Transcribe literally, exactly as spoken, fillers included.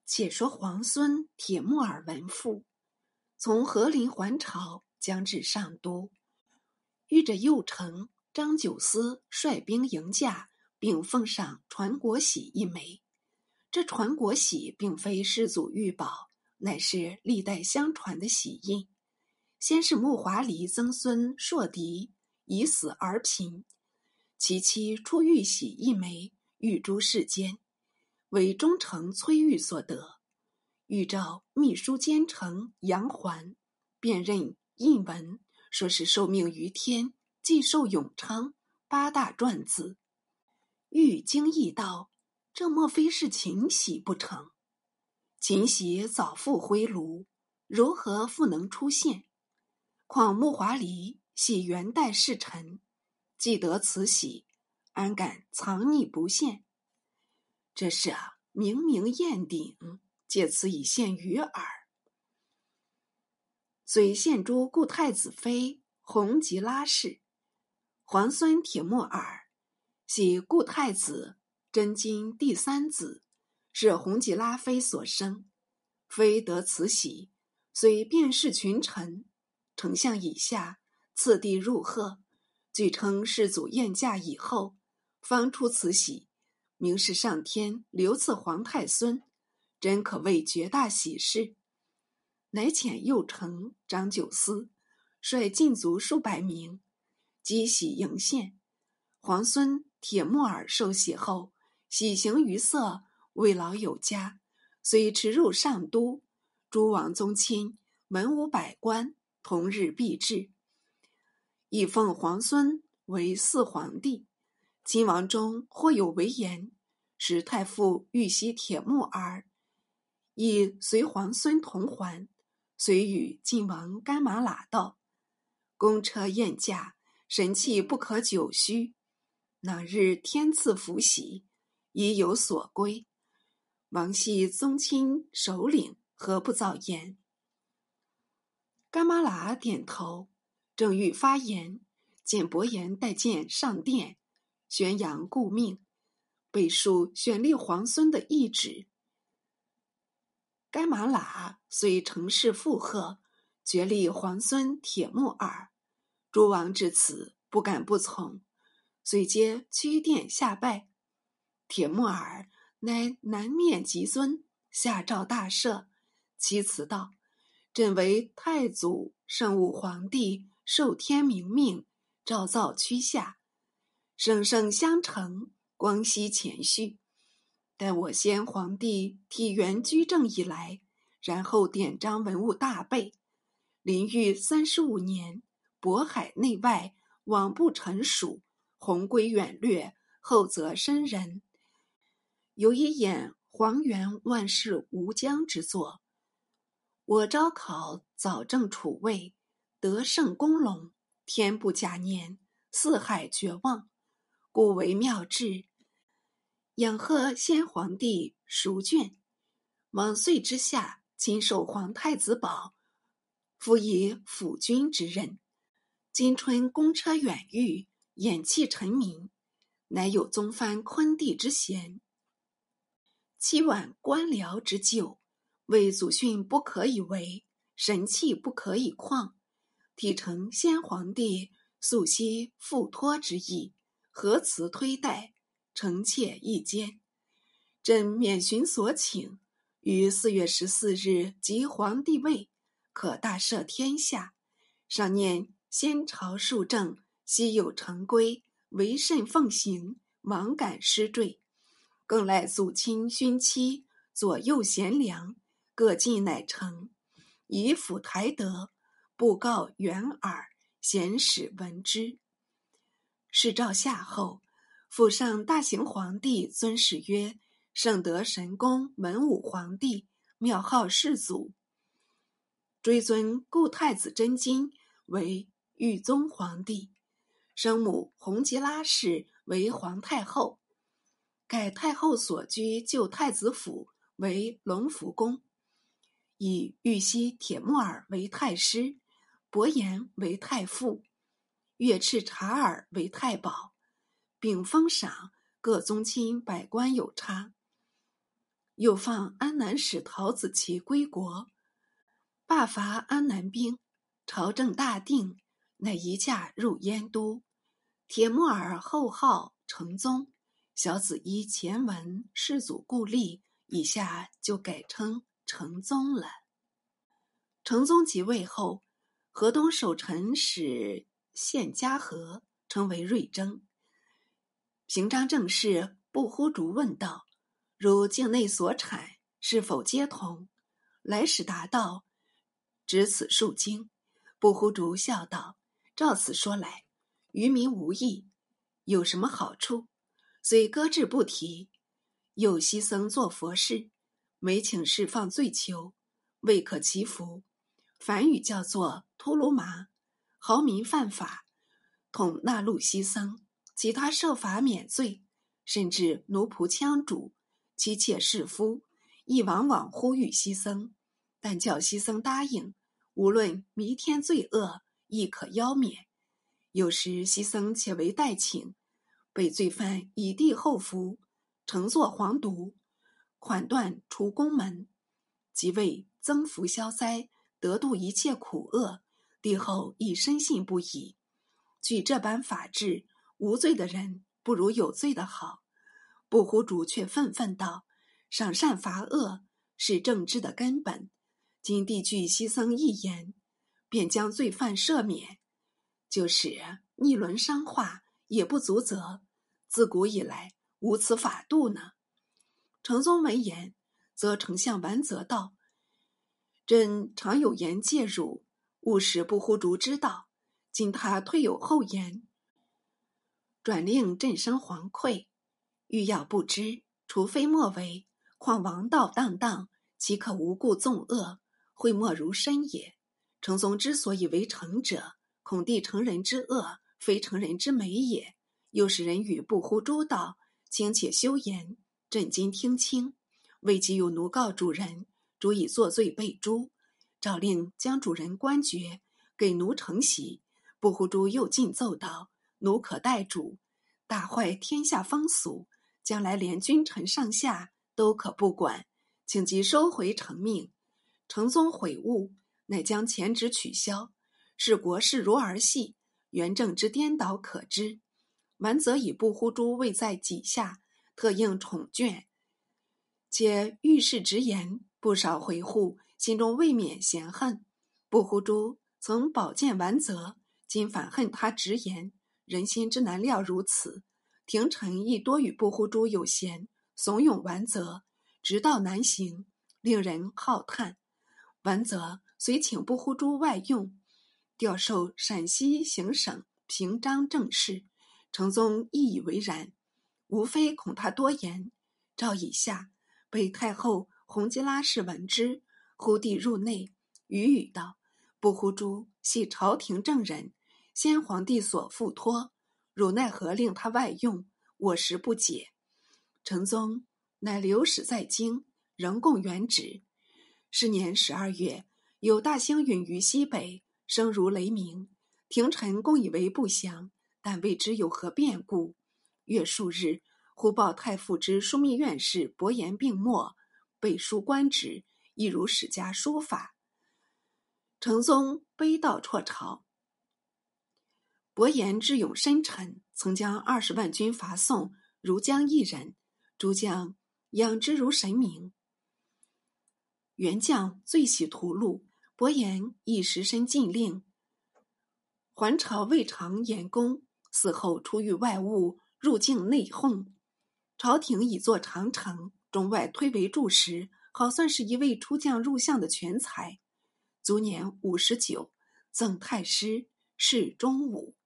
且说皇孙铁木儿闻父从和林还朝，将至上都，遇着右丞张九思率兵迎驾，并奉上传国玺一枚。这传国玺并非世祖御宝，乃是历代相传的玺印。先是木华黎曾孙硕嫡以死而贫，其妻出玉玺一枚，玉诸世间，为忠丞崔玉所得。御诏秘书监丞杨环辨认印文，说是受命于天，既寿永昌，八大篆字。欲惊异道，这莫非是秦玺不成？秦玺早复回炉，如何复能出现？况木华黎系元代世臣，既得此玺，安敢藏匿不现？这是啊，明明验顶，借此以现于耳。遂献诸故太子妃弘吉拉氏。皇孙铁木儿系故太子真金第三子，是弘吉拉妃所生。妃得此玺，虽便是群臣，丞相以下次第入贺，据称世祖宴驾以后，方出此玺，明是上天留赐皇太孙，真可谓绝大喜事。乃遣右丞张九思率禁卒数百名，积玺迎献。皇孙铁木儿受玺后，喜形于色，慰劳有加，遂驰入上都，诸王宗亲、文武百官同日必至，亦奉皇孙为四皇帝。亲王中或有为言，使太傅玉玺铁木儿亦随皇孙同还，遂与晋王干玛喇道，公车宴驾，神气不可久虚。那日天赐福喜，已有所归。王系宗亲首领，何不早言？干玛喇点头，正欲发言，见伯颜带剑上殿，宣扬故命，背述选立皇孙的懿旨。干玛喇虽乘势附和，决立皇孙铁木儿。诸王至此，不敢不从，遂皆趋殿下拜。铁木儿乃南面极尊，下诏大赦，其辞道：朕为太祖圣武皇帝，受天明命，诏造趋下，圣圣相承，光熙前序。但我先皇帝体元居正以来，然后典章文物大备，临御三十五年，渤海内外，罔不臣属，宏规远略，厚泽深仁。有以演黄元万世无疆之作。我招考早正储位，得胜功隆，天不假年，四海绝望，故为妙制。仰贺先皇帝赎卷，往岁之下，亲授皇太子宝，辅以辅君之任。今春公车远御，演弃臣民，乃有宗藩昆帝之嫌，欺挽官僚之咎，为祖训不可以为，神器不可以旷，体承先皇帝素昔付托之意，何辞推戴，诚切意坚。朕免寻所请，于四月十四日即皇帝位，可大赦天下。上念先朝数政，昔有成规，为慎奉行，枉敢失坠。更赖祖亲勋戚，左右贤良，各尽乃成，以辅台德，布告远耳，贤使闻之。是诏下后，府上大行皇帝尊谥曰圣德神功文武皇帝，庙号世祖。追尊故太子真金为裕宗皇帝，生母弘吉拉氏为皇太后，改太后所居旧太子府为隆福宫，以玉玺铁木儿为太师，伯颜为太傅，岳赤察儿为太保，并封赏各宗亲百官有差。 又放安南使陶子琪归国，罢伐安南兵，朝政大定，乃移驾入燕都。铁木儿后号成宗，小子依前文世祖故历，以下就改称成宗了。成宗即位后，河东守臣使献嘉禾称为瑞征。平章政事不呼逐问道：如境内所产是否皆同？来使答道：只此数经。不呼逐笑道：照此说来，渔民无益，有什么好处？虽搁置不提。又西僧做佛事，每请示放罪囚，未可祈福。梵语叫做秃噜麻，豪民犯法，统纳禄西僧，其他受罚免罪，甚至奴仆羌主、妻妾侍夫，亦往往呼吁西僧，但叫西僧答应，无论弥天罪恶，亦可邀免。有时西僧且为代请，被罪犯以地后服，乘坐黄犊，款断除宫门，即为增福消灾，得度一切苦厄，帝后亦深信不疑。据这般法制，无罪的人不如有罪的好。不呼逐却愤愤道：赏善罚恶是政治的根本，今帝据西僧一言，便将罪犯赦免，就是逆伦伤化，也不足责。自古以来无此法度呢。成宗闻言，则丞相完泽道：朕常有言介入，勿使不呼逐知道。今他退有后言，转令朕生惶愧。欲要不知，除非莫为，况王道荡荡，岂可无故纵恶，讳莫如深也。成宗之所以为成者，恐帝成人之恶，非成人之美也。又使人与不呼诸道，请且休言，朕今听清。未及有奴告主人，主以作罪被诛，诏令将主人官爵，给奴承袭。不呼诸又进奏道：奴可代主，大坏天下风俗，将来连君臣上下都可不管，请即收回成命。成宗悔悟，乃将前旨取消，视国事如儿戏，元政之颠倒可知。完则以不呼诸位在己下，特应宠眷，且遇事直言，不少回护，心中未免嫌恨。不呼诸曾保荐完则，今反恨他直言，人心之难料如此。廷臣亦多与不呼诸有嫌，怂恿完则，直道难行，令人好叹。完则遂请不呼诸外用，调授陕西行省平章政事。成宗亦以为然，无非恐他多言。诏以下，被太后弘吉拉氏闻之，呼帝入内，语语道：不呼诸系朝廷正人，先皇帝所付托，汝奈何令他外用？我实不解。成宗乃留使在京，仍供原旨。是年十二月，有大星陨于西北，声如雷鸣，廷臣共以为不祥，但未知有何变故。月数日，忽报太傅之枢密院事伯颜病没，被书官职，亦如史家书法。成宗悲悼辍朝。伯颜智勇深沉，曾将二十万军伐宋，如将一人，诸将仰之如神明。元将最喜屠戮，伯颜亦实身禁令。还朝未尝言功，死后出狱外务，入境内讧。朝廷以作长城，中外推为柱石，好算是一位出将入相的全才。卒年五十九，赠太师，侍中武。